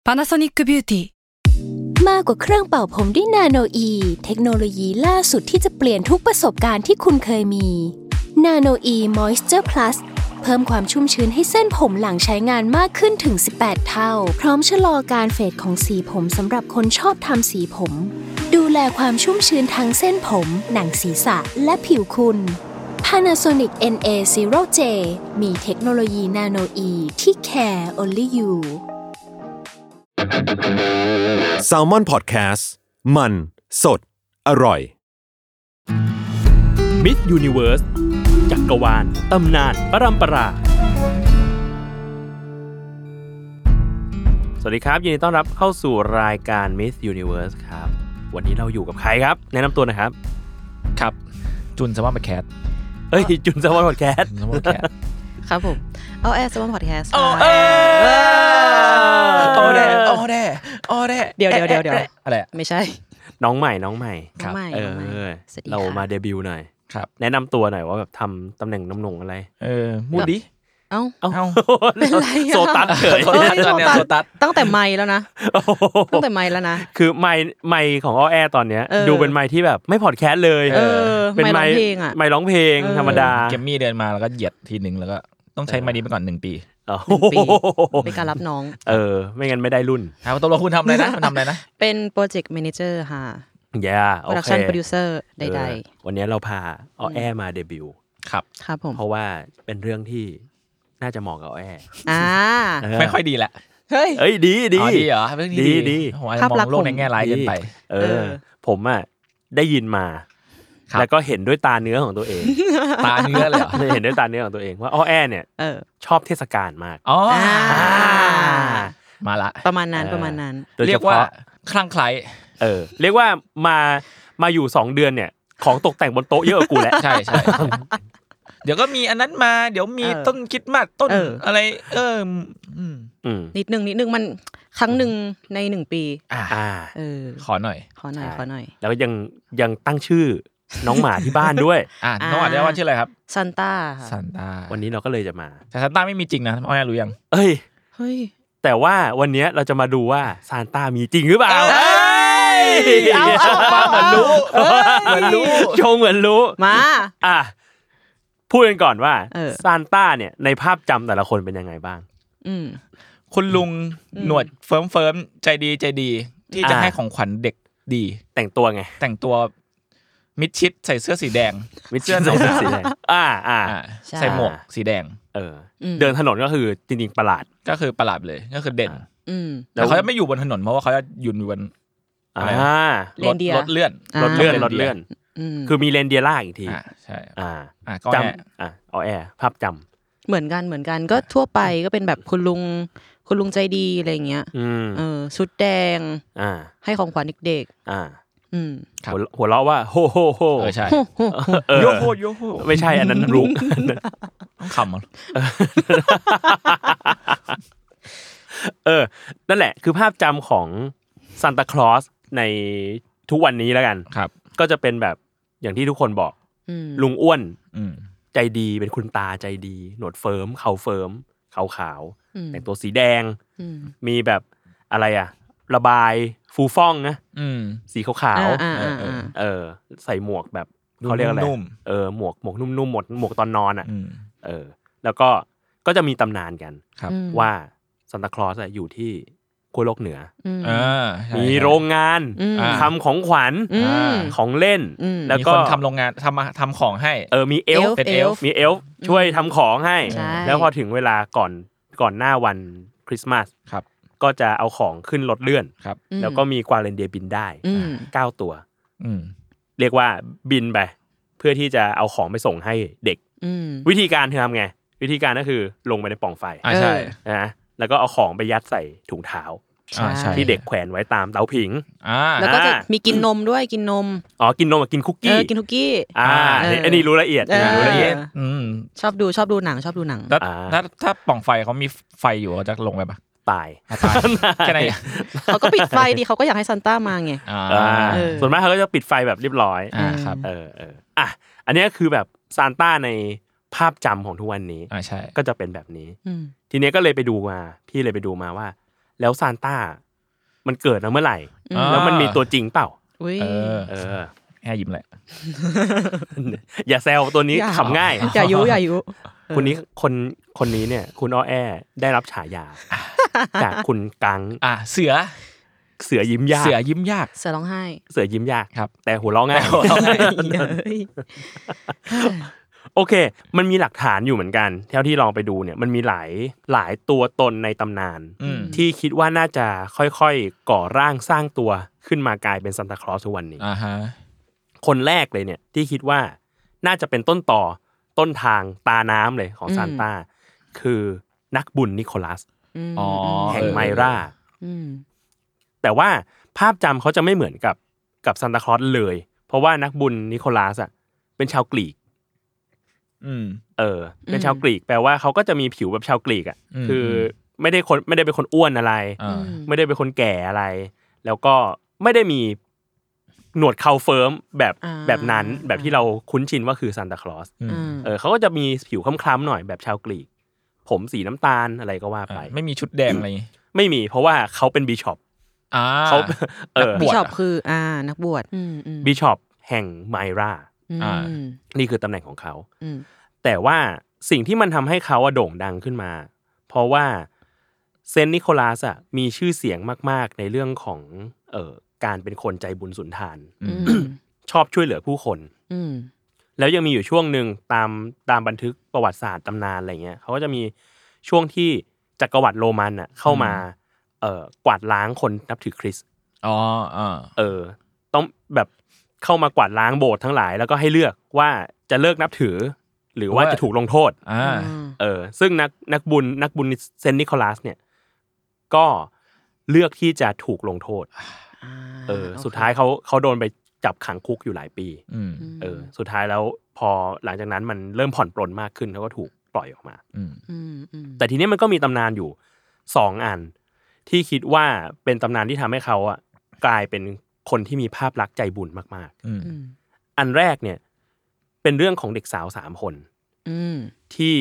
Panasonic Beauty มากกว่าเครื่องเป่าผมด้วยนาโนอีเทคโนโลยีล่าสุดที่จะเปลี่ยนทุกประสบการณ์ที่คุณเคยมีนาโนอีมอยส์เจอร์พลัสเพิ่มความชุ่มชื้นให้เส้นผมหลังใช้งานมากขึ้นถึง18เท่าพร้อมชะลอการเฟดของสีผมสำหรับคนชอบทำสีผมดูแลความชุ่มชื้นทั้งเส้นผมหนังศีรษะและผิวคุณ Panasonic NA0J มีเทคโนโลยีนาโนอีที่ care only you Salmon Podcast มันสดอร่อย Miss Universe จักรวาลตำนานปรัมปราสวัสดีครับยินดีต้อนรับเข้าสู่รายการ Miss Universe ครับวันนี้เราอยู่กับใครครับแนะนำตัวหน่อยครับครับจุนแซลมอนพอดแคสต์เอ้ยจุนแซลมอนพอดแคสต์ครับผมเอาแอร์แซลมอนพอดแคสต์โอ้แด่เดี๋ยวอะไรไม่ใช่น้องใหม่ครับเรามาเดบิวต์หน่อยครับแนะนำตัวหน่อยว่าแบบทำตำแหน่งน้ำหนงอะไรมูดดิเอ้าเป็นไรโซตัสเฉยโซตัสตั้งแต่ไมค์แล้วนะคือไมค์ของอ้อแอตอนเนี้ยดูเป็นไมค์ที่แบบไม่พอดแคสต์เลยเป็นไมค์ไมค์ร้องเพลงธรรมดาเกมมี่เดินมาแล้วก็เหยียดทีนึงแล้วก็ต้องใช้ไมค์นี้ไปก่อน1 ปีเป็นการรับน้องไม่งั้นไม่ได้รุ่นครับตกลงคุณทำอะไรนะเป็นโปรเจกต์แมเนเจอร์ค่ะโอเค production producer ใดๆวันนี้เราพาอ้อแอมาเดบิวต์ครับผมเพราะว่าเป็นเรื่องที่น่าจะเหมาะกับอ้อแอไม่ค่อยดีแหละเฮ้ยดีเหรอเรื่องนี้ดีผมอาจจะมองโลกในแง่ร้ายเกินไปผมอ่ะได้ยินมาแล้วก็เห็นด้วยตาเนื้อของตัวเองตาเนื้อเลยเหรอเห็นด้วยตาเนื้อของตัวเองว่าอ้อแอเนี่ยชอบเทศกาลมากมาละประมาณนั้นเรียกว่าคลั่งไคล้เรียกว่ามาอยู่2 เดือนเนี่ยของตกแต่งบนโต๊ะเยอะกว่ากูแล้วใช่เดี๋ยวก็มีอันนั้นมาเดี๋ยวมีต้นคริสต์มาสต้นอะไรนิดนึงมันครั้งนึงใน1 ปีขอหน่อยแล้วก็ยังตั้งชื่อน้องหมาที่บ้านด้วยน้องหมาเรียกว่าชื่ออะไรครับซันต้าวันนี้เราก็เลยจะมาแต่ซันต้าไม่มีจริงนะอ้อยรู้ยังเฮ้ยแต่ว่าวันนี้เราจะมาดูว่าซานต้ามีจริงหรือเปล่าเอามาเหมือนรู้ชงเหมือนรู้มาพูดกันก่อนว่าซานต้าเนี่ยในภาพจำแต่ละคนเป็นยังไงบ้างคุณลุงหนวดเฟิร์มใจดีที่จะให้ของขวัญเด็กดีแต่งตัวไงแต่งตัวมิดชิดใส่เสื้อสีแดงใส่เสื้อสีแดงใส่หมวกสีแดงเดินถนนก็คือจริงๆประหลาดก็คือประหลาดเลยก็คือเด่นแต่เขาจะไม่อยู่บนถนนเพราะว่าเขาจะยืนอยู่บนรถเลื่อนคือมีเรนเดียร์ลากอีกทีใช่ก็จำแอร์ภาพจำเหมือนกันก็ทั่วไปก็เป็นแบบคุณลุงใจดีอะไรเงี้ยชุดแดงให้ของขวัญเด็กหัวเราะว่าโฮใช่โยโฮไม่ใช่อันนั้นรุ้งต้องคำนั่นแหละคือภาพจำของซานตาคลอสในทุกวันนี้แล้วกันก็จะเป็นแบบอย่างที่ทุกคนบอกลุงอ้วนใจดีเป็นคุณตาใจดีหนวดเฟิร์มเขาเฟิร์มขาวแต่งตัวสีแดงมีแบบอะไรระบายฟูฟ่องนะสีขาวใส่หมวกแบบเขาเรียกอะไรหมวกนุ่มๆหมวกตอนนอนแล้วก็จะมีตำนานกันว่าซานตาคลอสอยู่ที่ขั้วโลกเหนือมีโรงงานทำของขวัญของเล่นแล้วก็ทำโรงงานทำของให้มีเอลฟ์ช่วยทำของให้แล้วพอถึงเวลาก่อนหน้าวันคริสต์มาสก็จะเอาของขึ้นรถเลื่อนแล้วก็มีกวางเรนเดียร์บินได้9 ตัวเรียกว่าบินไปเพื่อที่จะเอาของไปส่งให้เด็กวิธีการทำไงวิธีการก็คือลงไปในปล่องไฟใช่นะแล้วก็เอาของไปยัดใส่ถุงเท้าที่เด็กแขวนไว้ตามเตาผิงแล้วก็จะมีกินนมด้วยกินนมกินนมกับกินคุกกี้อันนี้รู้ละเอียดชอบดูหนังถ้าปล่องไฟเขามีไฟอยู่เขาจะลงไปปะตายแค่ไหนเขาก็ปิดไฟดิเขาก็อยากให้ซานต้ามาไงส่วนมากเขาก็จะปิดไฟแบบเรียบร้อยครับอันนี้คือแบบซานต้าในภาพจำของทุกวันนี้ใช่ก็จะเป็นแบบนี้ทีนี้ก็เลยไปดูมาพี่เลยไปดูมาว่าแล้วซานต้ามันเกิดมาเมื่อไหร่แล้วมันมีตัวจริงเปล่าแค่ยิ้มแหละอย่าแซวตัวนี้ขำง่ายอย่ายุคนนี้เนี่ยคุณอ้อแอได้รับฉายาจากคุณกังเสือยิ้มยากเสือร้องไห้เสือยิ้มยากครับแต่หัวเราะง่ายโอเคมันมีหลักฐานอยู่เหมือนกันเท่าที่ลองไปดูเนี่ยมันมีหลายตัวตนในตำนานที่คิดว่าน่าจะค่อยๆก่อร่างสร้างตัวขึ้นมากลายเป็นซานตาคลอสทุกวันนี้คนแรกเลยเนี่ยที่คิดว่าน่าจะเป็นต้นทางตาน้ำเลยของซานต้าคือนักบุญนิโคลัสแห่งไมราแต่ว่าภาพจำเขาจะไม่เหมือนกับซานตาคลอสเลยเพราะว่านักบุญนิโคลัสอ่ะเป็นชาวกรีกเป็นชาวกรีกแปลว่าเขาก็จะมีผิวแบบชาวกรีกอ่ะคือไม่ได้เป็นคนอ้วนอะไรไม่ได้เป็นคนแก่อะไรแล้วก็ไม่ได้มีหนวดเคราเฟิร์มแบบนั้นแบบที่เราคุ้นชินว่าคือซานตาคลอสเขาก็จะมีผิวคล้ำๆหน่อยแบบชาวกรีกผมสีน้ำตาลอะไรก็ว่าไปไม่มีชุดแดงอะไรไม่มีเพราะว่าเขาเป็นบิชอปเขาบิชอปคือนักบวชบิชอปแห่งไมรานี่คือตำแหน่งของเขาแต่ว่าสิ่งที่มันทำให้เขาโด่งดังขึ้นมาเพราะว่าเซนต์นิโคลัสมีชื่อเสียงมากๆในเรื่องของการเป็นคนใจบุญสุนทานชอบช่วยเหลือผู้คนแล้วยังมีอยู่ช่วงนึงตามบันทึกประวัติศาสตร์ตำนานอะไรเงี้ยเขาก็จะมีช่วงที่จักรวรรดิโรมันเข้ามากวาดล้างคนนับถือคริสต์ต้องแบบเข้ามากวาดล้างโบสถ์ทั้งหลายแล้วก็ให้เลือกว่าจะเลิกนับถือหรือว่าจะถูกลงโทษซึ่งนักบุญเซนต์นิโคลัสเนี่ยก็เลือกที่จะถูกลงโทษสุดท้ายเขาโดนไปจับขังคุกอยู่หลายปีสุดท้ายแล้วพอหลังจากนั้นมันเริ่มผ่อนปลนมากขึ้นเขาก็ถูกปล่อยออกมาแต่ทีนี้มันก็มีตำนานอยู่2อันที่คิดว่าเป็นตำนานที่ทำให้เขากลายเป็นคนที่มีภาพลักษณ์ใจบุญมากๆอันแรกเนี่ยเป็นเรื่องของเด็กสาว3คนที่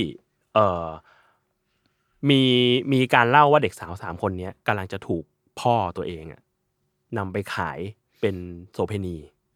มีการเล่าว่าเด็กสาว3คนนี้กำลังจะถูกพ่อตัวเองนำไปขายเป็นโสเภณี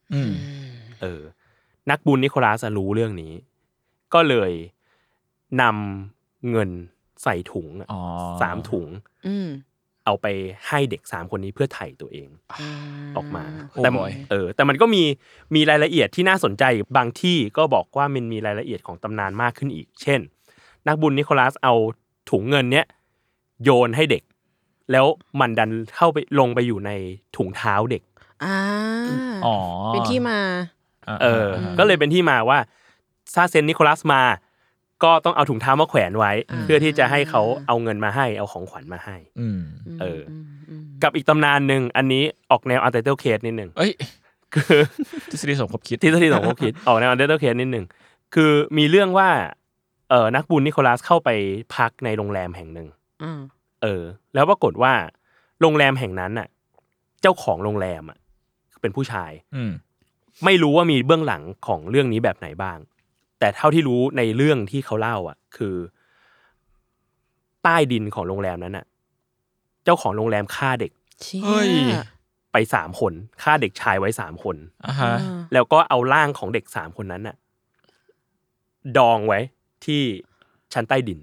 นักบุญนิโคลัสรู้เรื่องนี้ก็เลยนำเงินใส่ถุง3ถุงเอาไปให้เด็ก3คนนี้เพื่อไถ่ตัวเองออกมาแต่มันก็มีรายละเอียดที่น่าสนใจบางที่ก็บอกว่ามันมีรายละเอียดของตำนานมากขึ้นอีกเช่นนักบุญนิโคลัสเอาถุงเงินเนี้ยโยนให้เด็กแล้วมันดันเข้าไปลงไปอยู่ในถุงเท้าเด็กเป็นที่มาก็เลยเป็นที่มาว่าถ้าเซนต์นิโคลัสมาก็ต้องเอาถุงเท้ามาแขวนไว้เพื่อที่จะให้เขาเอาเงินมาให้เอาของขวัญมาให้กับอีกตำนานนึงอันนี้ออกแนว Untitled Case นิดนึงคือทฤษฎีสมคบคิดออกแนว Untitled Case นิดนึงคือมีเรื่องว่านักบุญนิโคลัสเข้าไปพักในโรงแรมแห่งนึงแล้วปรากฏว่าโรงแรมแห่งนั้นน่ะเจ้าของโรงแรมเป็นผู้ชายไม่รู้ว่ามีเบื้องหลังของเรื่องนี้แบบไหนบ้างแต่เท่าที่รู้ในเรื่องที่เขาเล่าคือใต้ดินของโรงแรมนั้นเจ้าของโรงแรมฆ่าเด็กไป3คนฆ่าเด็กชายไว้3คนแล้วก็เอาร่างของเด็ก3คนนั้นดองไว้ที่ชั้นใต้ดิน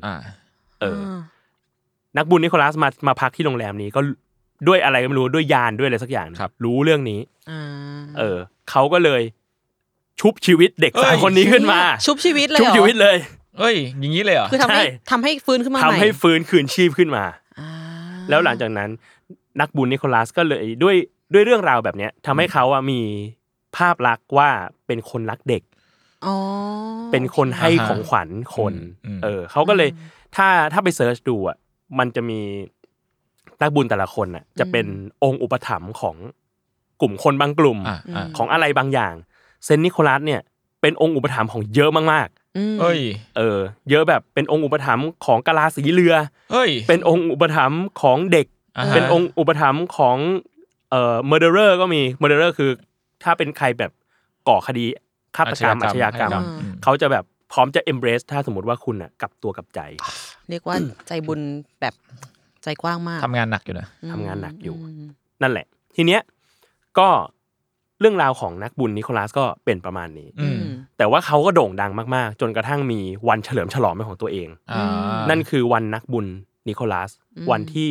นักบุญนิโคลัสมาพักที่โรงแรมนี้ก็ด้วยอะไรก็ไม่รู้ด้วยยานด้วยอะไรสักอย่างรู้เรื่องนี้เขาก็เลยชุบชีวิตเด็ก3คนนี้ขึ้นมาชุบชีวิตเลยชุบชีวิตเลยอย่างนี้เลยเหรอคือทำให้ฟื้นขึ้นมาใหม่ทำให้ฟื้นคืนชีพขึ้นมาแล้วหลังจากนั้นนักบุญนิโคลัสก็เลยด้วยเรื่องราวแบบนี้ทำให้เขามีภาพลักษณ์ว่าเป็นคนรักเด็กเป็นคนให้ของขวัญคนเขาก็เลยถ้าไปเสิร์ชดูมันจะมีนักบุญแต่ละคนจะเป็นองค์อุปถัมภ์ของกลุ่มคนบางกลุ่มของอะไรบางอย่างเซนต์นิโคลัสเนี่ยเป็นองค์อุปถัมภ์ของเยอะมากๆเยอะแบบเป็นองค์อุปถัมภ์ของกะลาสีเรือเป็นองค์อุปถัมภ์ของเด็กเป็นองค์อุปถัมภ์ของmurderer ก็มี murderer คือถ้าเป็นใครแบบก่อคดีฆาตกรรมอาชญากรรมเขาจะแบบพร้อมจะ embrace ถ้าสมมติว่าคุณกลับตัวกลับใจเรียกว่าใจบุญแบบใจกว้างมากทำงานหนักอยู่นะทำงานหนักอยู่นั่นแหละทีเนี้ยก็เรื่องราวของนักบุญนิโคลัสก็เป็นประมาณนี้แต่ว่าเขาก็โด่งดังมากๆจนกระทั่งมีวันเฉลิมฉลองเป็นของตัวเองนั่นคือวันนักบุญนิโคลัสวันที่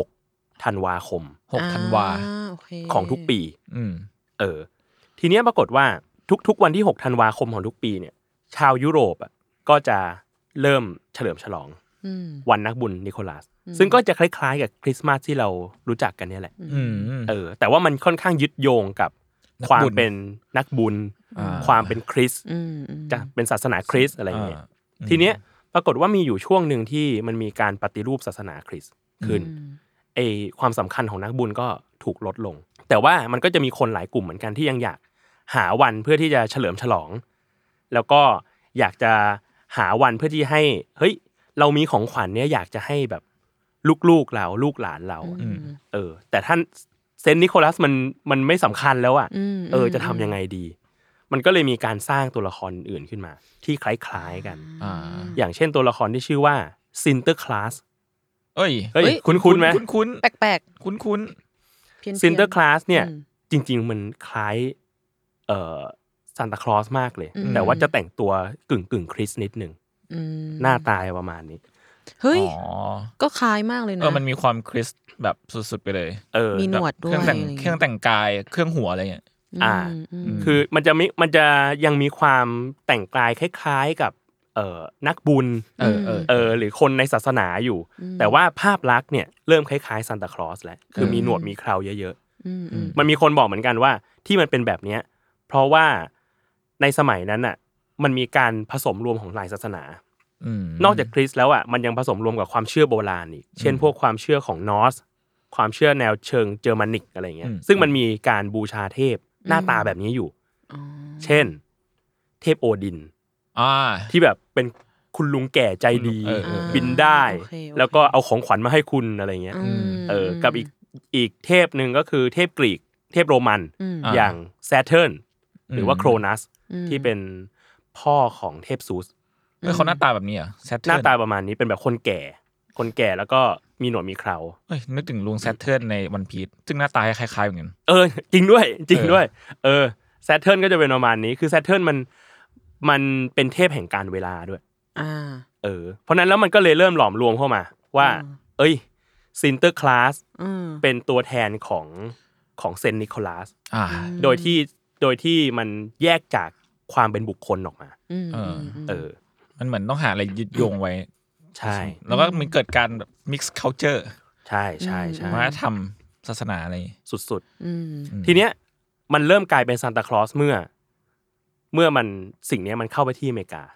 6ธันวาคม 6ธันวาของทุกปีทีเนี้ยปรากฏว่าทุกๆวันที่6ธันวาคมของทุกปีเนี่ยชาวยุโรปอ่ะก็จะเริ่มเฉลิมฉลองวันนักบุญนิโคลัสซึ่งก็จะคล้ายๆกับคริสต์มาสที่เรารู้จักกันเนี่ยแหละแต่ว่ามันค่อนข้างยึดโยงกับความเป็นนักบุญความเป็นคริสต์จะเป็นศาสนาคริสต์อะไรเงี้ยทีเนี้ยปรากฏว่ามีอยู่ช่วงนึงที่มันมีการปฏิรูปศาสนาคริสต์ขึ้นความสำคัญของนักบุญก็ถูกลดลงแต่ว่ามันก็จะมีคนหลายกลุ่มเหมือนกันที่ยังอยากหาวันเพื่อที่จะเฉลิมฉลองแล้วก็อยากจะหาวันเพื่อที่ให้เฮ้ยเรามีของขวัญเนี้ยอยากจะให้แบบลูกเราลูกหลานเราแต่ท่านเซนต์นิโคลัสมันไม่สำคัญแล้วอ่ะจะทำยังไงดีมันก็เลยมีการสร้างตัวละครอื่นขึ้นมาที่คล้ายๆกันอย่างเช่นตัวละครที่ชื่อว่าซินเตอร์คลาสเอ้ยคุ้นๆไหมคุ้นแปลกๆคุ้นๆซินเตอร์คลาสเนี่ยจริงๆมันคล้ายซานตาคลอสมากเลยแต่ว่าจะแต่งตัวกึ่งคริสนิดนึงหน้าตาประมาณนี้เฮ้ยก็คล้ายมากเลยนะมันมีความคริสแบบสุดๆไปเลยมีหนวดด้วยเครื่องแต่งกายเครื่องหัวอะไรเงี้ยคือมันจะยังมีความแต่งกายคล้ายๆกับนักบุญหรือคนในศาสนาอยู่แต่ว่าภาพลักษณ์เนี่ยเริ่มคล้ายๆซานตาคลอสแล้วคือมีหนวดมีเคราเยอะๆมันมีคนบอกเหมือนกันว่าที่มันเป็นแบบเนี้ยเพราะว่าในสมัยนั้นน่ะมันมีการผสมรวมของหลายศาสนานอกจากคริสต์แล้วอ่ะมันยังผสมรวมกับความเชื่อโบราณอีกเช่นพวกความเชื่อของนอร์สความเชื่อแนวเชิงเจอร์มานิกอะไรเงี้ยซึ่งมันมีการบูชาเทพหน้าตาแบบนี้อยู่เช่นเทพโอดินที่แบบเป็นคุณลุงแก่ใจดีบินได้แล้วก็เอาของขวัญมาให้คุณอะไรเงี้ยกับอีกเทพนึงก็คือเทพกรีกเทพโรมันอย่างแซเทิร์นหรือว่าโครนัสที่เป็นพ่อของเทพซูสเขาหน้าตาแบบนี้เหรอหน้าตาประมาณนี้เป็นแบบคนแก่แล้วก็มีหนวดมีเครานึกถึงลุงแซเทิร์นในวันพีซซึ่งหน้าตาคล้ายๆเหมือนกันจริงด้วยแซเทิร์นก็จะเป็นประมาณนี้คือแซเทิร์นมันเป็นเทพแห่งการเวลาด้วยเพราะนั้นแล้วมันก็เลยเริ่มหลอมรวมเข้ามาว่าซินเตอร์คลาสเป็นตัวแทนของเซนต์นิโคลัสโดยที่มันแยกจากความเป็นบุคคลออกมามันเหมือนต้องหาอะไรยึดโยงไว้ใช่แล้วก็มันเกิดการแบบ mix culture ใช่วัฒนธรรมศาสนาอะไรสุดๆทีเนี้ยมันเริ่มกลายเป็นซานตาคลอสเมื่อมันสิ่งนี้มันเข้าไปที่อเมริกา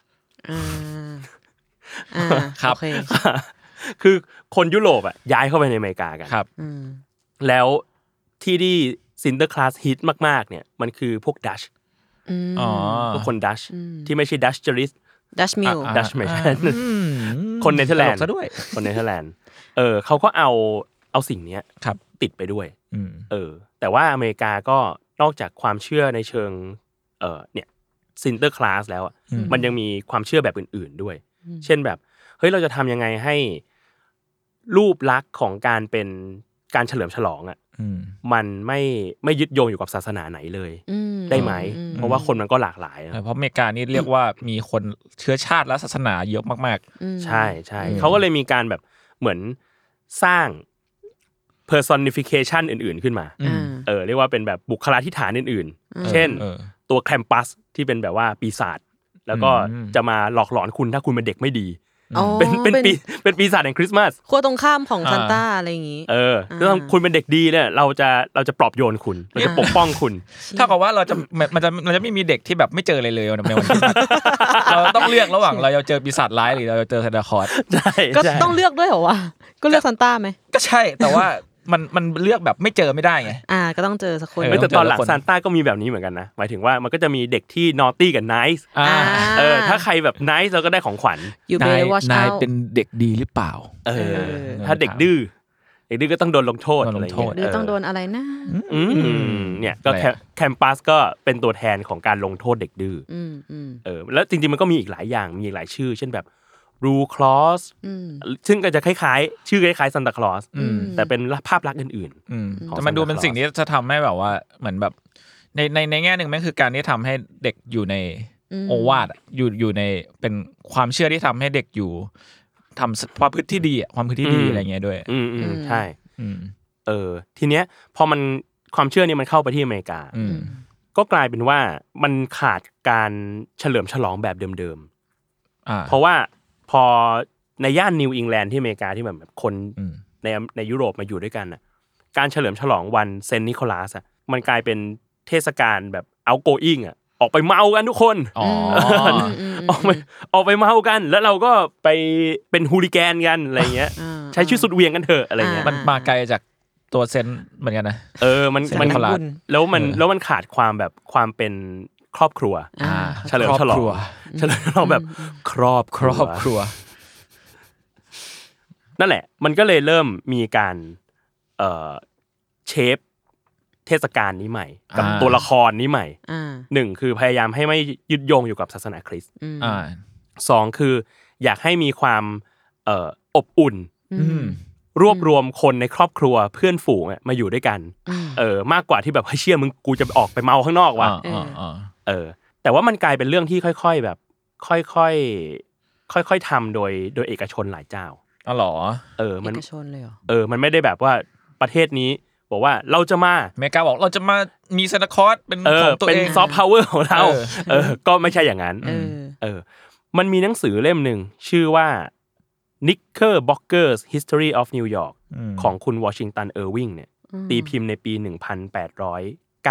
ครับคือคนยุโรปอ่ะย้ายเข้าไปในอเมริกากันครับแล้วที่ซินเตอร์คลาสฮิตมากๆเนี่ยมันคือพวกดัชพวกคนดัชที่ไม่ใช่ดัชเจอริสดัชมิลไม่ใช่คนเนเธอร์แลนด์คนเนเธอร์แลนด์เขาก็เอาสิ่งนี้ติดไปด้วยแต่ว่าอเมริกาก็นอกจากความเชื่อในเชิงเนี่ยซินเตอร์คลาสแล้วมันยังมีความเชื่อแบบอื่นๆด้วยเช่นแบบเฮ้ยเราจะทำยังไงให้รูปลักษณ์ของการเป็นการเฉลิมฉลองอ่ะมันไม่ยึดโยงอยู่กับศาสนาไหนเลยได้ไหมเพราะว่าคนมันก็หลากหลายเพราะอเมริกานี่เรียกว่ามีคนเชื้อชาติและศาสนาเยอะมากๆใช่เขาก็เลยมีการแบบเหมือนสร้าง personification อื่นๆขึ้นมาเรียกว่าเป็นแบบบุคลาธิฐานอื่นๆเช่นตัวแคมปัสที่เป็นแบบว่าปีศาจแล้วก็จะมาหลอกหลอนคุณถ้าคุณเป็นเด็กไม่ดีเป็นปีศาจแห่งคริสต์มาสขั้วตรงข้ามของซานต้าอะไรอย่างงี้ถ้าคุณเป็นเด็กดีเนี่ยเราจะปลอบโยนคุณเราจะปกป้องคุณถ้ากับว่าเราจะไม่มีเด็กที่แบบไม่เจออะไรเลยในวันที่เราต้องเลือกระหว่างเราจะเจอปีศาจร้ายหรือเราจะเจอซานตาคลอสใช่ก็ต้องเลือกด้วยเหรอวะก็เลือกซานต้าไหมก็ใช่แต่ว่ามันเลือกแบบไม่เจอไม่ได้ไงก็ต้องเจอสักคนแต่ตอนหลังซานต้าก็มีแบบนี้เหมือนกันนะหมายถึงว่ามันก็จะมีเด็กที่นอตตี้กับไนซ์ถ้าใครแบบไนซ์เราก็ได้ของขวัญนายเป็นเด็กดีหรือเปล่าถ้าเด็กดื้อก็ต้องโดนลงโทษอะไรเงี้ยต้องโดนอะไรนะเนี่ยก็แคมปัสก็เป็นตัวแทนของการลงโทษเด็กดื้อแล้วจริงๆมันก็มีอีกหลายอย่างมีอีกหลายชื่อเช่นแบบ Blue Cross ซึ่งก็จะคล้ายๆชื่อคล้ายๆ Santa Claus แต่เป็นภาพลักษณ์อื่นๆแต่มันดูเป็นสิ่งที่จะทำให้แบบว่าเหมือนแบบในแง่นึงมันคือการที่ทำให้เด็กอยู่ในโอวาทอยู่ในเป็นความเชื่อที่ทำให้เด็กอยู่ทำความพฤติที่ดีความพฤติที่ดีอะไรเงี้ยด้วยใช่ทีเนี้ยพอมันความเชื่อนี้มันเข้าไปที่อเมริกาก็กลายเป็นว่ามันขาดการเฉลิมฉลองแบบเดิมๆเพราะว่าพอในย่านนิวอิงแลนด์ที่อเมริกาที่แบบคนในยุโรปมาอยู่ด้วยกันน่ะการเฉลิมฉลองวันเซนต์นิโคลัสอ่ะมันกลายเป็นเทศกาลแบบ outgoing อ่ะออกไปเมากันทุกคนออกไปเมากันแล้วเราก็ไปเป็นฮูลิแกนกันอะไรเงี้ยใช้ชื่อสุดเวียงกันเถอะอะไรเงี้ยมันมาไกลจากตัวเซนเหมือนกันนะมันแล้วมันขาดความแบบความเป็นครอบครัวเฉลิมฉลองแบบครอบครัวนั่นแหละมันก็เลยเริ่มมีการเชฟเทศกาลนี้ใหม่กับตัวละครนี้ใหม่1คือพยายามให้ไม่ยึดโยงอยู่กับศาสนาคริสต์2คืออยากให้มีความอบอุ่นรวบรวมคนในครอบครัวเพื่อนฝูงมาอยู่ด้วยกันมากกว่าที่แบบเชี่ยมึงกูจะออกไปเมาข้างนอกว่ะแต่ว่ามันกลายเป็นเรื่องที่ค่อยๆแบบค่อยๆทำโดยเอกชนหลายเจ้าอ๋อเหรอมันเอกชนเลยเหรอมันไม่ได้แบบว่าประเทศนี้บอกว่าเราจะมาอเมริกาบอกเราจะมามีซานตาคลอสเป็นของตัวเองเป็นซอฟต์พาวเวอร์ของเราก็ไม่ใช่อย่างนั้นมันมีหนังสือเล่มนึงชื่อว่า Knickerbocker's History of New York ของคุณวอชิงตันเออร์วิงเนี่ยตีพิมพ์ในปี1809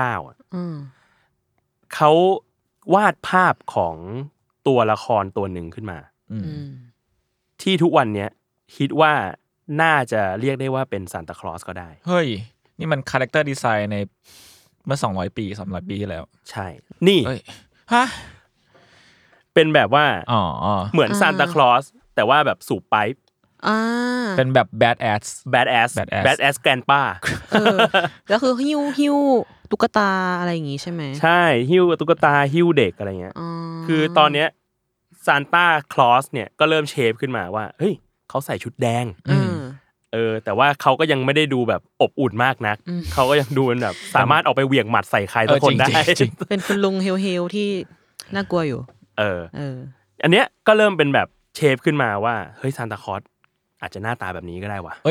เขาวาดภาพของตัวละครตัวหนึ่งขึ้นมาที่ทุกวันนี้คิดว่าน่าจะเรียกได้ว่าเป็นซานตาคลอสก็ได้เฮ้ยนี่มันคาแรคเตอร์ดีไซน์ในเมื่อ200ปี300ปีที่แล้วใช่นี่ฮะเป็นแบบว่าเหมือนซานตาคลอสแต่ว่าแบบสูบไปเป็นแบบ bad ass แกรนป้าแล้วคือหิ้วตุ๊กตาอะไรอย่างงี้ใช่ไหมใช่หิ้วตุ๊กตาหิ้วเด็กอะไรเงี้ยคือตอนเนี้ยซานตาคลอสเนี่ยก็เริ่มเชฟขึ้นมาว่าเฮ้ยเขาใส่ชุดแดงแต่ว่าเขาก็ยังไม่ได้ดูแบบอบอุ่นมากนักเขาก็ยังดูเป็นแบบสามารถออกไปเหวี่ยงหมัดใส่ใครทุกคนได้เป็นคุณลุงเฮลที่น่ากลัวอยู่อันเนี้ยก็เริ่มเป็นแบบเชฟขึ้นมาว่าเฮ้ยซานตาคลอสอาจจะหน้าตาแบบนี้ก็ได้ว่ะ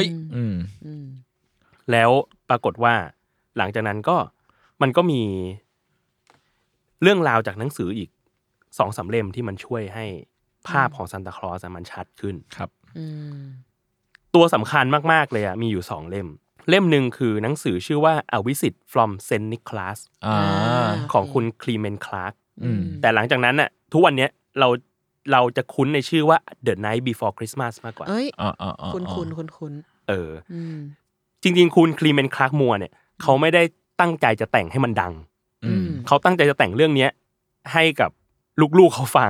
แล้วปรากฏว่าหลังจากนั้นก็มันก็มีเรื่องราวจากหนังสืออีก 2-3 เล่มที่มันช่วยให้ภาพของซานตาคลอสมันชัดขึ้นครับตัวสำคัญมากๆเลยมีอยู่2เล่มนึงคือหนังสือชื่อว่า A Visit from St. Nicholas ของคุณคลีเมนต์คลาร์กแต่หลังจากนั้นน่ะทุกวันนี้เราจะคุ้นในชื่อว่า The Night Before Christmas มากกว่าคุ้นจริงๆคุณคลีเมนต์คลาร์กมัวเนี่ยเขาไม่ได้ตั้งใจจะแต่งให้มันดังเขาตั้งใจจะแต่งเรื่องนี้ให้กับลูกๆเขาฟัง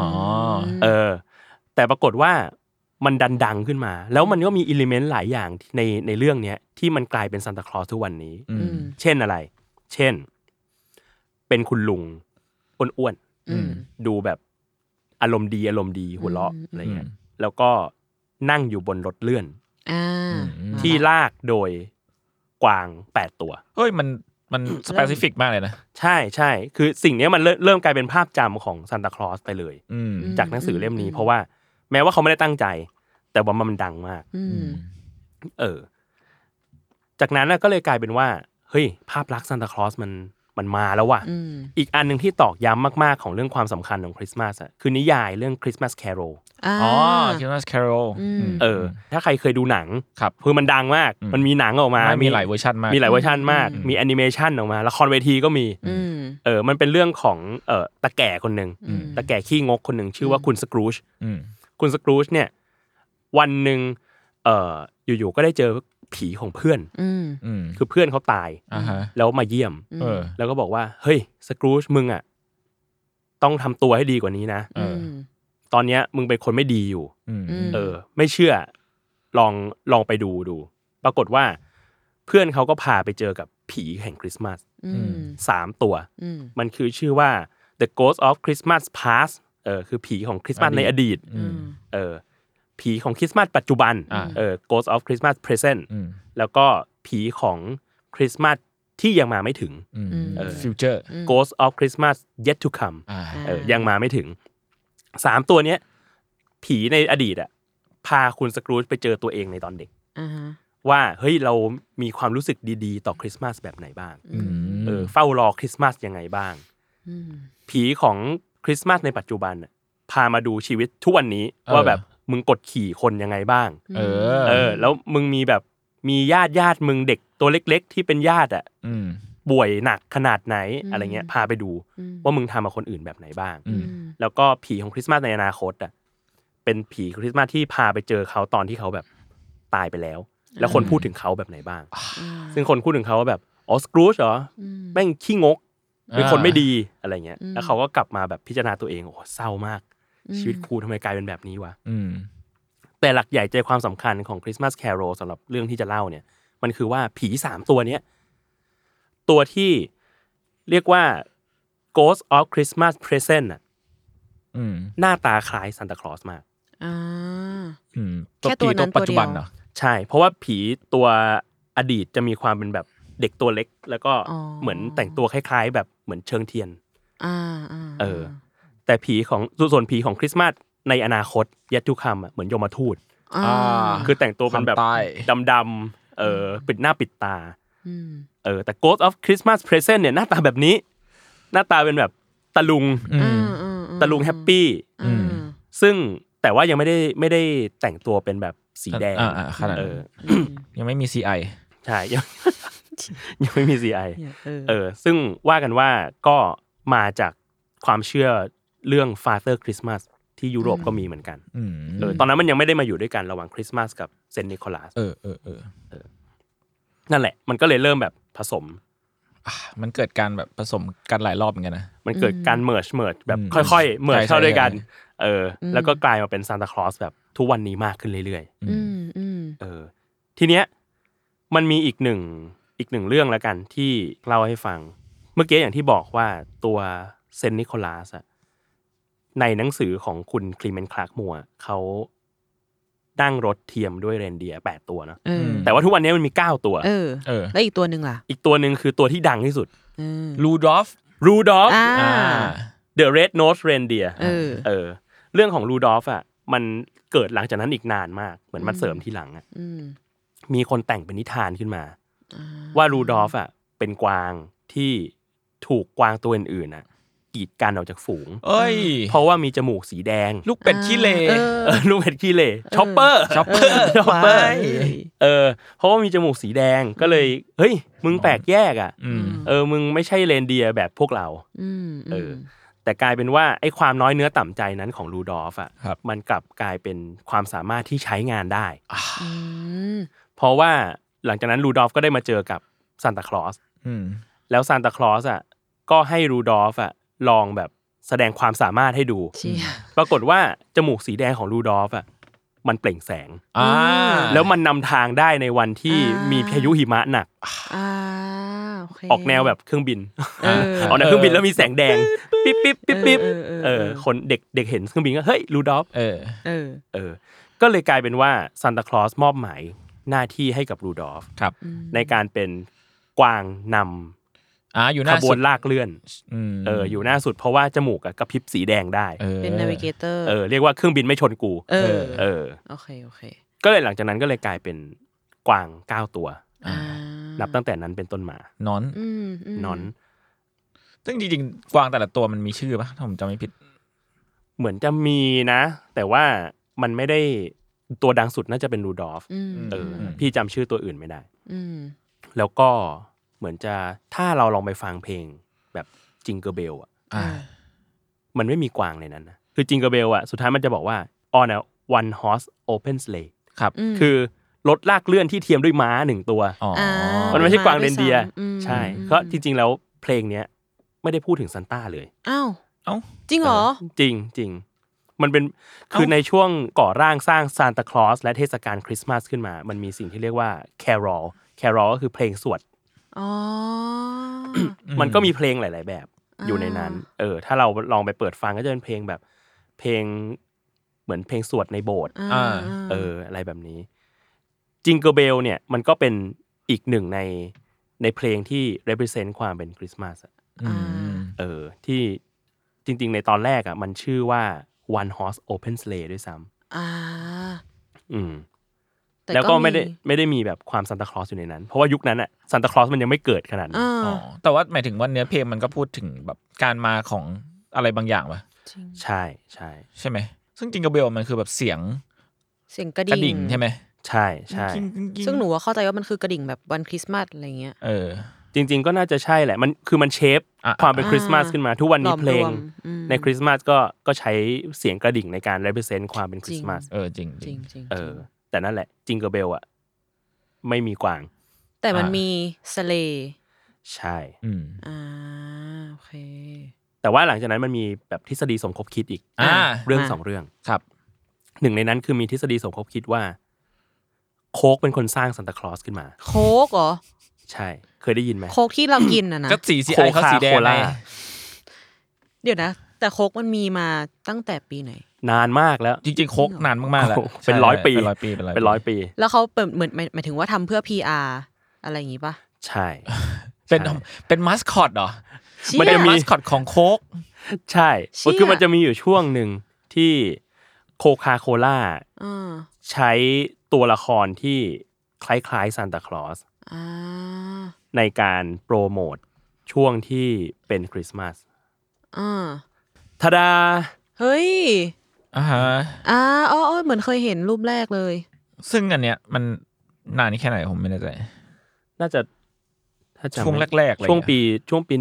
แต่ปรากฏว่ามันดังขึ้นมาแล้วมันก็มีอิเลเมนต์หลายอย่างในเรื่องนี้ที่มันกลายเป็นซานตาคลอสทุกวันนี้เช่นอะไรเช่นเป็นคุณลุงอ้วนๆดูแบบอารมณ์ดีหัวเราะอะไรเงี้ยแล้วก็นั่งอยู่บนรถเลื่อนที่ลากโดยกวาง8ตัวเฮ้ยมันสเปซิฟิกมากเลยนะใช่คือสิ่งนี้มันเริ่มกลายเป็นภาพจำของซานตาคลอสไปเลยจากหนังสือเล่มนี้เพราะว่าแม้ว่าเขาไม่ได้ตั้งใจแต่ว่ามันดังมากจากนั้นก็เลยกลายเป็นว่าเฮ้ยภาพลักษณ์ซานตาคลอสมันมาแล้วว่ะอีกอันนึงที่ตอกย้ำมากๆของเรื่องความสำคัญของคริสต์มาสคือนิยายเรื่อง Christmas Carol Christmas Carol ถ้าใครเคยดูหนังคือมันดังมากมันมีหนังออกมามีหลายเวอร์ชันมากมีแอนิเมชันออกมาละครเวทีก็มีมันเป็นเรื่องของตาแก่คนนึงตาแก่ขี้งกคนนึงชื่อว่าคุณสกรูชคุณสกรูชเนี่ยวันนึงอยู่ๆก็ได้เจอผีของเพื่อนคือเพื่อนเขาตายแล้วมาเยี่ยมแล้วก็บอกว่าเฮ้ยสกรูชมึงอ่ะต้องทำตัวให้ดีกว่านี้นะตอนเนี้ยมึงเป็นคนไม่ดีอยู่ไม่เชื่อลองไปดูปรากฏว่าเพื่อนเขาก็พาไปเจอกับผีแห่งคริสต์มาส3ตัวมันคือชื่อว่า The Ghost of Christmas Past คือผีของคริสต์มาสในอดีตผีของคริสต์มาสปัจจุบันGhost of Christmas Present แล้วก็ผีของคริสต์มาสที่ยังมาไม่ถึง Future Ghost of Christmas Yet to Come ยังมาไม่ถึง3ตัวเนี้ยผีในอดีตอ่ะพาคุณสกรูจไปเจอตัวเองในตอนเด็กว่าเฮ้ยเรามีความรู้สึกดีๆต่อคริสต์มาสแบบไหนบ้างเฝ้ารอคริสต์มาสยังไงบ้างผีของคริสต์มาสในปัจจุบันพามาดูชีวิตทุกวันนี้ว่าแบบมึงกดขี่คนยังไงบ้างแล้วมึงมีแบบมีญาติมึงเด็กตัวเล็กๆที่เป็นญาติป่วยหนักขนาดไหนอะไรเงี้ยพาไปดูว่ามึงทำกับคนอื่นแบบไหนบ้างแล้วก็ผีของคริสต์มาสในอนาคตเป็นผีคริสต์มาสที่พาไปเจอเขาตอนที่เขาแบบตายไปแล้วแล้วคนพูดถึงเขาแบบไหนบ้างซึ่งคนพูดถึงเขาว่าแบบอ๋อสกรูจเหรอแม่งขี้งกเป็นคนไม่ดีอะไรเงี้ยแล้วเขาก็กลับมาแบบพิจารณาตัวเองโอ้เศร้ามากชีวิตกูทำไมกลายเป็นแบบนี้วะแต่หลักใหญ่ใจความสำคัญของ Christmas Carol สำหรับเรื่องที่จะเล่าเนี่ยมันคือว่าผี3ตัวเนี้ยตัวที่เรียกว่า Ghost of Christmas Present หน้าตาคล้ายซานตาคลอสมากแค่ตัวนั้นตัวเดียวใช่เพราะว่าผีตัวอดีตจะมีความเป็นแบบเด็กตัวเล็กแล้วก็เหมือนแต่งตัวคล้ายๆแบบเหมือนเชิงเทียนแต่ผีของส่วนผีของคริสต์มาสในอนาคตYet to Comeเหมือนยมทูตคือแต่งตัวเป็นแบบดำๆปิดหน้าปิดตาแต่ Ghost of Christmas Present เนี่ยหน้าตาแบบนี้หน้าตาเป็นแบบตะลุงแฮปปี้ซึ่งแต่ว่ายังไม่ได้แต่งตัวเป็นแบบสีแดงยังไม่มี CI ใช่ยังไม่มี CI ซึ่งว่ากันว่าก็มาจากความเชื่อเรื่อง Father Christmas ที่ยุโรปก็มีเหมือนกันตอนนั้นมันยังไม่ได้มาอยู่ด้วยกันระหว่างคริสต์มาสกับเซนต์นิโคลัสนั่นแหละมันก็เลยเริ่มแบบผสมมันเกิดการแบบผสมกันหลายรอบเหมือนกันนะมันเกิดการเมิร์จแบบค่อยๆเมิร์จเข้าด้วยกันแล้วก็กลายมาเป็นซานตาคลอสแบบทุกวันนี้มากขึ้นเรื่อยๆทีเนี้ยมันมีอีกหนึ่งเรื่องแล้วกันที่เล่าให้ฟังเมื่อกี้อย่างที่บอกว่าตัวเซนต์นิโคลัสในหนังสือของคุณคลีเมนต์คลาร์กมัวเขานั่งรถเทียมด้วยเรนเดียร์8ตัวเนาะแต่ว่าทุกวันนี้มันมี9ตัวแล้วอีกตัวนึงล่ะอีกตัวนึงคือตัวที่ดังที่สุดรูดอล์ฟ The Red Nose Reindeer เรื่องของรูดอล์ฟมันเกิดหลังจากนั้นอีกนานมากเหมือนมันเสริมทีหลังมีคนแต่งเป็นนิทานขึ้นมาว่ารูดอล์ฟเป็นกวางที่ถูกกวางตัวอื่นๆกีดกันออกจากฝูงเพราะว่ามีจมูกสีแดงลูกเป็ดขี้เหร่ลูกเป็ดขี้เหร่ช็อปเปอร์เพราะว่ามีจมูกสีแดงก็เลยเฮ้ยมึงแปลกแยกมึงไม่ใช่เรนเดียร์แบบพวกเราแต่กลายเป็นว่าไอ้ความน้อยเนื้อต่ำใจนั้นของรูดอล์ฟมันกลับกลายเป็นความสามารถที่ใช้งานได้เพราะว่าหลังจากนั้นรูดอล์ฟก็ได้มาเจอกับซานตาคลอสแล้วซานตาคลอสก็ให้รูดอล์ฟลองแบบแสดงความสามารถให้ดูปรากฏว่าจมูกสีแดงของรูดอล์ฟมันเปล่งแสงแล้วมันนำทางได้ในวันที่มีพายุหิมะหนักออกแนวแบบเครื่องบินออกแนวเครื่องบินแล้วมีแสงแดงปิ๊บปิ๊บปิ๊บปิ๊บคนเด็กเห็นเครื่องบินก็เฮ้ยรูดอล์ฟก็เลยกลายเป็นว่าซานตาคลอสมอบหมายหน้าที่ให้กับรูดอล์ฟในการเป็นกวางนำอยู่หน้าขบวนลากเลื่อนอยู่หน้าสุดเพราะว่าจมูกกระพริบสีแดงได้เป็นนาวิเกเตอร์เรียกว่าเครื่องบินไม่ชนกูโอเคก็เลยหลังจากนั้นก็เลยกลายเป็นกวาง9ตัวนับตั้งแต่นั้นเป็นต้นมานอนซึ่งจริงๆกวางแต่ละตัวมันมีชื่อป่ะถ้าผมจำไม่ผิดเหมือนจะมีนะแต่ว่ามันไม่ได้ตัวดังสุดน่าจะเป็นรูดอล์ฟพี่จำชื่อตัวอื่นไม่ได้แล้วก็เหมือนจะถ้าเราลองไปฟังเพลงแบบจิงเกอร์เบลมันไม่มีกวางในนั้นนะคือจิงเกอร์เบลสุดท้ายมันจะบอกว่า on a one horse open sleigh ครับคือรถลากเลื่อนที่เทียมด้วยม้า1ตัวมันไม่ใช่กวางเรนเดียร์ใช่เพราะจริงๆแล้วเพลงเนี้ยไม่ได้พูดถึงซานต้าเลยอ้าวจริงเหรอจริงมันเป็นคือในช่วงก่อร่างสร้างซานตาคลอสและเทศกาลคริสต์มาสขึ้นมามันมีสิ่งที่เรียกว่าแครอลก็คือเพลงสวดมันก็มีเพลงหลายๆแบบอยู่ในนั้นถ้าเราลองไปเปิดฟังก็จะเป็นเพลงแบบเพลงเหมือนเพลงสวดในโบสถ์อะไรแบบนี้จิงเกิลเบลเนี่ยมันก็เป็นอีกหนึ่งในเพลงที่ represent ความเป็นคริสต์มาสที่จริงๆในตอนแรกอ่ะมันชื่อว่า One Horse Open Sleigh ด้วยซ้ำแล้วก็ไม่ได้มีแบบความซานตาคลอสอยู่ในนั้นเพราะว่ายุคนั้นอ่ะซานตาคลอสมันยังไม่เกิดขนาดนั้นแต่ว่าหมายถึงว่าเนื้อเพลงมันก็พูดถึงแบบการมาของอะไรบางอย่างป่ะใช่ใช่ใช่ไหมซึ่งจิงเกิลเบลมันคือแบบเสียงกระดิ่งใช่ไหมใช่ใช่ซึ่งหนูว่าเข้าใจว่ามันคือกระดิ่งแบบวันคริสต์มาสอะไรเงี้ยจริงๆก็น่าจะใช่แหละมันคือมันเชฟความเป็นคริสต์มาสขึ้นมาทุกวันนี้เพลงในคริสต์มาสก็ใช้เสียงกระดิ่งในการ represent ความเป็นคริสต์มาสจริงแต่นั่นแหละจิงเกิลเบลอ่ะไม่มีกวางแต่มันมีสเลใช่โอเคแต่ว่าหลังจากนั้นมันมีแบบทฤษฎีสมคบคิดอีกเรื่อง2เรื่องครับหนึ่งในนั้นคือมีทฤษฎีสมคบคิดว่าโค้กเป็นคนสร้างซานตาคลอสขึ้นมาโค้กเหรอใช่เคยได้ยินไหมโค้กที่เรากินนะก็สีเขาสีแดงเดี๋ยวนะแต่โค้กมันมีมาตั้งแต่ปีไหนนานมากแล้วจริงๆโค้กนานมากๆแล้วเป็น100 ปีเป็น100 ปีแล้วเขาเหมือนหมายถึงว่าทำเพื่อ PR อะไรอย่างงี้ป่ะใช่เป็นมาสคอตเหรอมันจะมีมาสคอตของโค้กใช่คือมันจะมีอยู่ช่วงนึงที่โคคาโคล่าใช้ตัวละครที่คล้ายๆซานตาคลอสในการโปรโมทช่วงที่เป็นคริสต์มาสทาดาเฮ้ยเหมือนเคยเห็นรูปแรกเลยซึ่งอันเนี้ยมันนานนี่แค่ไหนผมไม่แน่ใจน่าจะถ้าจำช่วงแรกๆเลยช่วงปี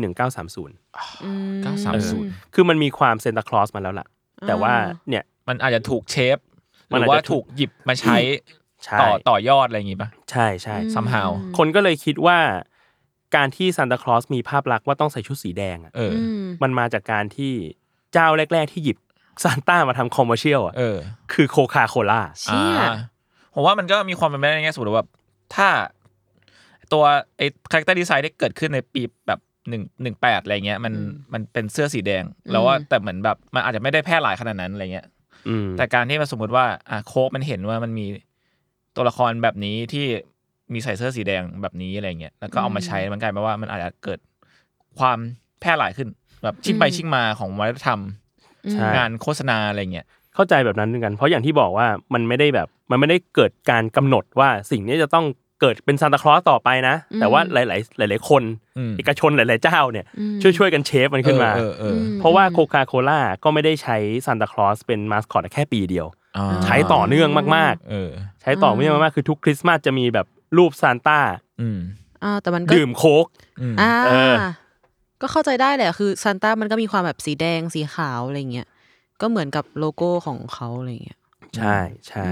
1930คือมันมีความซานตาคลอสมาแล้วล่ะแต่ว่าเนี่ยมันอาจจะถูกเชฟหรือว่าถูกหยิบมาใช้ต่อยอดอะไรอย่างงี้ป่ะใช่ใช่ somehow คนก็เลยคิดว่าการที่ซานตาคลอสมีภาพลักษณ์ว่าต้องใส่ชุดสีแดงมันมาจากการที่เจ้าแรกๆที่หยิบซานต้ามาทำคอมเมอร์เชียลคือโคคาโคล่าผมว่ามันก็มีความเป็นไปได้ในแง่สมมติว่าถ้าตัวไอ้คาแรคเตอร์ดีไซน์ได้เกิดขึ้นในปีแบบ118อะไรเงี้ยมันเป็นเสื้อสีแดงแล้วว่าแต่เหมือนแบบมันอาจจะไม่ได้แพร่หลายขนาดนั้นอะไรเงี้ยแต่การที่มาสมมติว่าโค้กมันเห็นว่ามันมีตัวละครแบบนี้ที่มีใส่เสื้อสีแดงแบบนี้อะไรเงี้ยแล้วก็เอามาใช้มันกลายเป็นว่ามันอาจจะเกิดความแพร่หลายขึ้นแบบชิ่งไปชิ่งมาของวัฒนธรรมงานโฆษณาอะไรเงี้ยเข้าใจแบบนั้นเหมือนกันเพราะอย่างที่บอกว่ามันไม่ได้เกิดการกำหนดว่าสิ่งนี้จะต้องเกิดเป็นซานตาคลอสต่อไปนะแต่ว่าหลายคนเอกชนหลายๆเจ้าเนี่ยช่วยกันเชฟมันขึ้นมาเพราะว่าโคคาโคล่าก็ไม่ได้ใช้ซานตาคลอสเป็นมาสคอตแค่ปีเดียวใช้ต่อเนื่องมากๆใช้ต่อเนื่องมากๆคือทุกคริสต์มาสจะมีแบบรูปซานต้าแต่มันก็ดื่มโค้กก็เข้าใจได้แหละคือซานต้ามันก็มีความแบบสีแดงสีขาวอะไรเงี้ยก็เหมือนกับโลโก้ของเขาอะไรเงี้ยใช่ใช่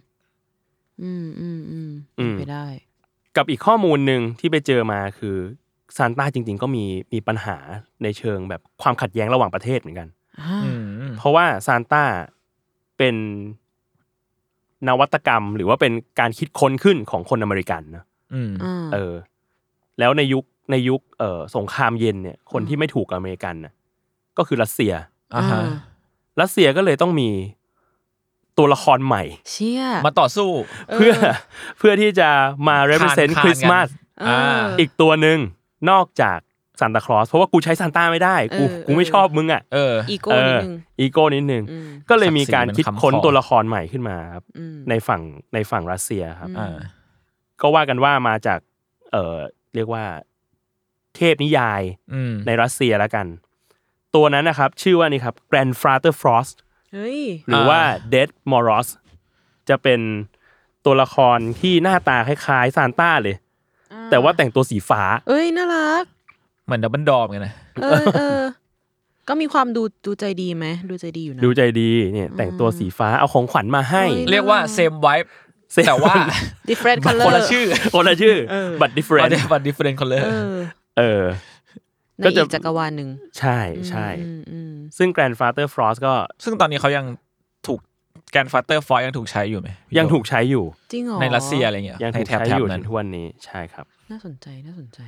ไปได้กับอีกข้อมูลหนึ่งที่ไปเจอมาคือซานต้าจริงๆก็มีปัญหาในเชิงแบบความขัดแย้งระหว่างประเทศเหมือนกันเพราะว่าซานต้าเป็นนวัตกรรมหรือว่าเป็นการคิดค้นขึ้นของคนอเมริกันนะแล้วในยุคสงครามเย็นเนี่ยคนที่ไม่ถูกอเมริกันนะก็คือรัสเซียรัสเซียก็เลยต้องมีตัวละครใหม่มาต่อสู้เพื่อที่จะมา represent คริสต์มาสอีกตัวนึงนอกจากซานตาคลอสเพราะว่ากูใช้ซานต้าไม่ได้กูไม่ชอบมึงอ่ะอีโก้นิดนึงก็เลยมีการคิดค้นตัวละครใหม่ขึ้นมาครับในฝั่งรัสเซียครับก็ว่ากันว่ามาจากเรียกว่าเทพนิยายในรัสเซียแล้วกันตัวนั้นนะครับชื่อว่านี่ครับ Grandfather Frost หรือว่า Dead Moros จะเป็นตัวละครที่หน้าตาคล้ายๆซานต้าเลยแต่ว่าแต่งตัวสีฟ้าน่ารักเหมือนดับเบิลดอมกันนะก็มีความดูใจดีไหมดูใจดีอยู่นะดูใจดีเนี่ยแต่งตัวสีฟ้าเอาของขวัญมาให้เรียกว่า same vibe แต่ว่า different color คนละชื่อ but different color ก็จะจักรวาลนึงใช่ซึ่ง Grandfather Frost ก็ซึ่งตอนนี้เขายังถูก Grandfather Frost ยังถูกใช้อยู่ไหมยังถูกใช้อยู่จริงเหรอในรัสเซียอะไรเงี้ยยังถูกใช้อยู่ในทุกวันนี้ใช่ครับน่าสนใจ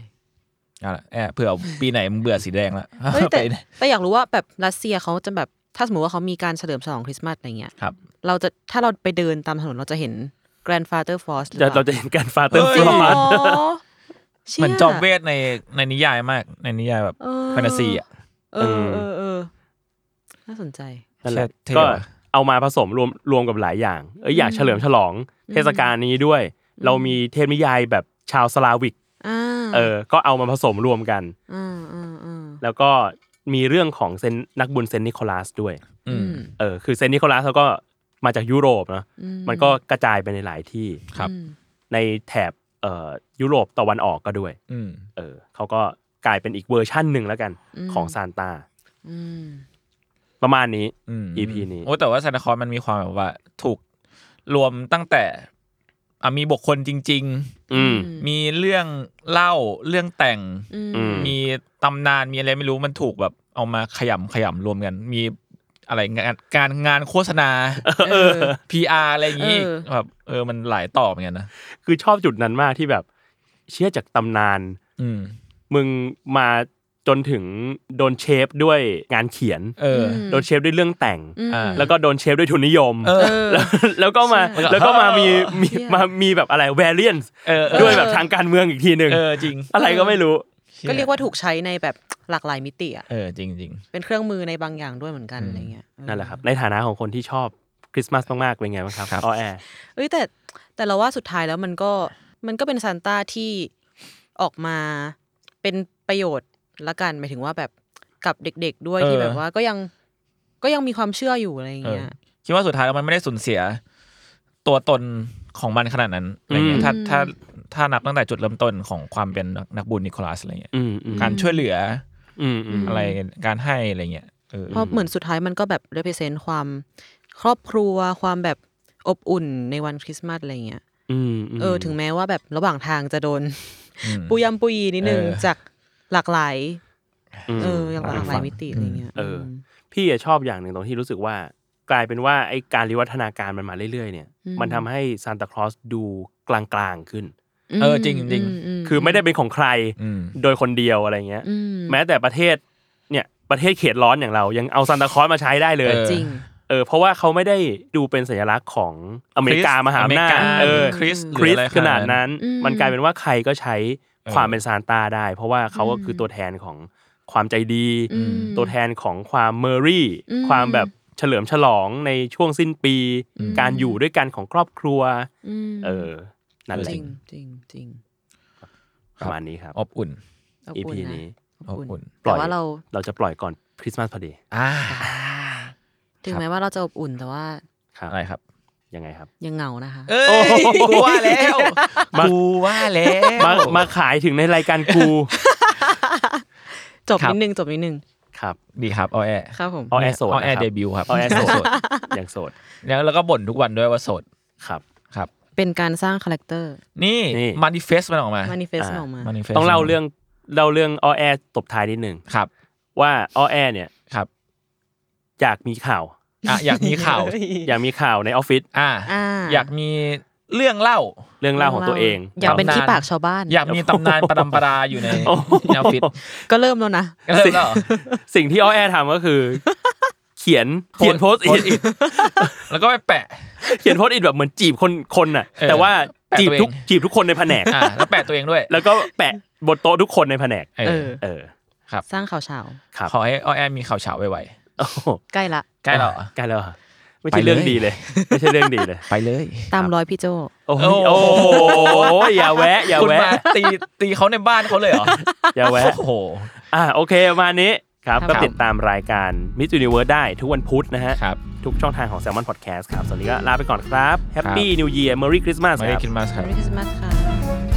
เอาล่ะเผื่อปีไหนมึงเบื่อสีแดงละแต่อยากรู้ว่าแบบรัสเซียเขาจะแบบถ้าสมมติว่าเขามีการเฉลิมฉลองคริสต์มาสอะไรเงี้ยครับเราจะถ้าเราไปเดินตามถนนเราจะเห็น Grandfather Frost เราจะเห็นการฟาเตอร์ฟลอสเหมือนจอมเวทในนิยายมากในนิยายแบบแฟนตาซีอ่ะน่าสนใจนั่นแหละก็เอามาผสมรวมกับหลายอย่างอยากเฉลิมฉลองเทศกาลนี้ด้วยเรามีเทพนิยายแบบชาวสลาวิกก็เอามาผสมรวมกันแล้วก็มีเรื่องของนักบุญเซนต์นิโคลัสด้วยคือเซนต์นิโคลัสเขาก็มาจากยุโรปเนาะมันก็กระจายไปในหลายที่ครับในแถบยุโรปตะวันออกก็ด้วยเขาก็กลายเป็นอีกเวอร์ชั่นหนึ่งแล้วกันของซานต้าประมาณนี้ EP นี้โอ้แต่ว่าซานตาคลอสมันมีความแบบว่าถูกรวมตั้งแต่มีบุคคลจริงๆมีเรื่องเล่าเรื่องแต่งมีตำนานมีอะไรไม่รู้มันถูกแบบเอามาขยำรวมกันมีอะไรงานโฆษณาPR อะไรอย่างงี้แบบมันหลายต่อเหมือนกันนะคือชอบจุดนั้นมากที่แบบเชื่อจากตำนานมึงมาจนถึงโดนเชฟด้วยงานเขียนโดนเชฟด้วยเรื่องแต่งแล้วก็โดนเชฟด้วยทุนนิยมแล้วก็มามีแบบอะไร variance ด้วยแบบทางการเมืองอีกทีนึงจริงอะไรก็ไม่รู้ก็เรียกว่าถูกใช้ในแบบหลากหลายมิติอ่ะจริงๆเป็นเครื่องมือในบางอย่างด้วยเหมือนกันอะไรเงี้ยนั่นแหละครับในฐานะของคนที่ชอบคริสต์มาสมากๆเป็นไงบ้างครับอ้อแอแต่เราว่าสุดท้ายแล้วมันก็เป็นซานต้าที่ออกมาเป็นประโยชน์ละกันหมายถึงว่าแบบกับเด็กๆด้วยที่แบบว่าก็ยังมีความเชื่ออยู่อะไรเงี้ยคิดว่าสุดท้ายแล้วมันไม่ได้สูญเสียตัวตนของมันขนาดนั้นอะไรเงี้ยถ้านับตั้งแต่จุดเริ่มต้นของความเป็นนักบุญนิโคลัสอะไรเงี้ยการช่วยเหลืออะไรการให้อะไรเงี้ยเพราะเหมือนสุดท้ายมันก็แบบ represent ความครอบครัวความแบบอบอุ่นในวันคริสต์มาสอะไรเงี้ยถึงแม้ว่าแบบระหว่างทางจะโดนปุยำปุยนิดนึงจากหลากหลายอย่างหลากหลายมิติอะไรเงี้ยพี่ชอบอย่างหนึ่งตรงที่รู้สึกว่ากลายเป็นว่าไอ้การวิวัฒนาการมันมาเรื่อยๆเนี่ยมันทำให้ซานตาคลอสดูกลางๆขึ้นจริงจริงคือไม่ได้เป็นของใครโดยคนเดียวอะไรเงี้ยแม้แต่ประเทศเขตร้อนอย่างเรายังเอาซานตาคลอสมาใช้ได้เลยจริงเพราะว่าเขาไม่ได้ดูเป็นสัญลักษณ์ของอเมริกามหาอำนาจคริสขนาดนั้นมันกลายเป็นว่าใครก็ใช้ความเป็นซานต้าได้เพราะว่าเขาก็คือตัวแทนของความใจดีตัวแทนของความเมอรี่ความแบบเฉลิมฉลองในช่วงสิ้นปีการอยู่ด้วยกันของครอบครัวนั่นแหละจริงประมาณนี้ครับอบอุ่น EP นี้อบอุ่นแต่ว่าเราจะปล่อยก่อนคริสต์มาสพอดีถึงแม้ว่าเราจะอบอุ่นแต่ว่าอะไรครับยังไงครับยังเหงานะคะกูว่าแล้วมาขายถึงในรายการกูจบนิดนึงครับดีครับอ้อแอครับผมอ้อแอโสดอ้อแอเดบิวต์ครับอ้อแอโสดยังโสดแล้วก็บ่นทุกวันด้วยว่าโสดครับเป็นการสร้างคาแรคเตอร์นี่มานิเฟสมันออกมาต้องเล่าเรื่องอ้อแอตบท้ายนิดนึงครับว่าอ้อแอเนี่ยครับอยากมีข่าวอยากมีข่าวในออฟฟิศอยากมีเรื่องเล่าของตัวเองอยากเป็นที่ปากชาวบ้านอยากมีตำนานประดำประดาอยู่ในออฟฟิศก็เริ่มแล้วนะสิ่งที่อ้อแอทำก็คือเขียนโพสต์อิทแล้วก็ไปแปะเขียนโพสต์อิทแบบเหมือนจีบคนน่ะแต่ว่าจีบทุกคนในแผนกแล้วแปะตัวเองด้วยแล้วก็แปะบนโต๊ะทุกคนในแผนกครับสร้างข่าวเช้าขอให้อ้อแอมีข่าวเช้าไวๆใกล้แล้วไม่ใช่เรื่องดีเลยไม่ใช่เรื่องดีเลยไปเลยตามรอยพี่โจโอ้โหอย่าแวะคุณมาตีเขาในบ้านเขาเลยเหรออย่าแวะโอ้โหโอเคประมาณนี้ครับก็ติดตามรายการ Miss Universe ได้ทุกวันพุธนะฮะทุกช่องทางของ Salmon Podcast ครับสวัสดีก็ลาไปก่อนครับ Happy New Year Merry Christmas ครับ Merry Christmas ค่ะ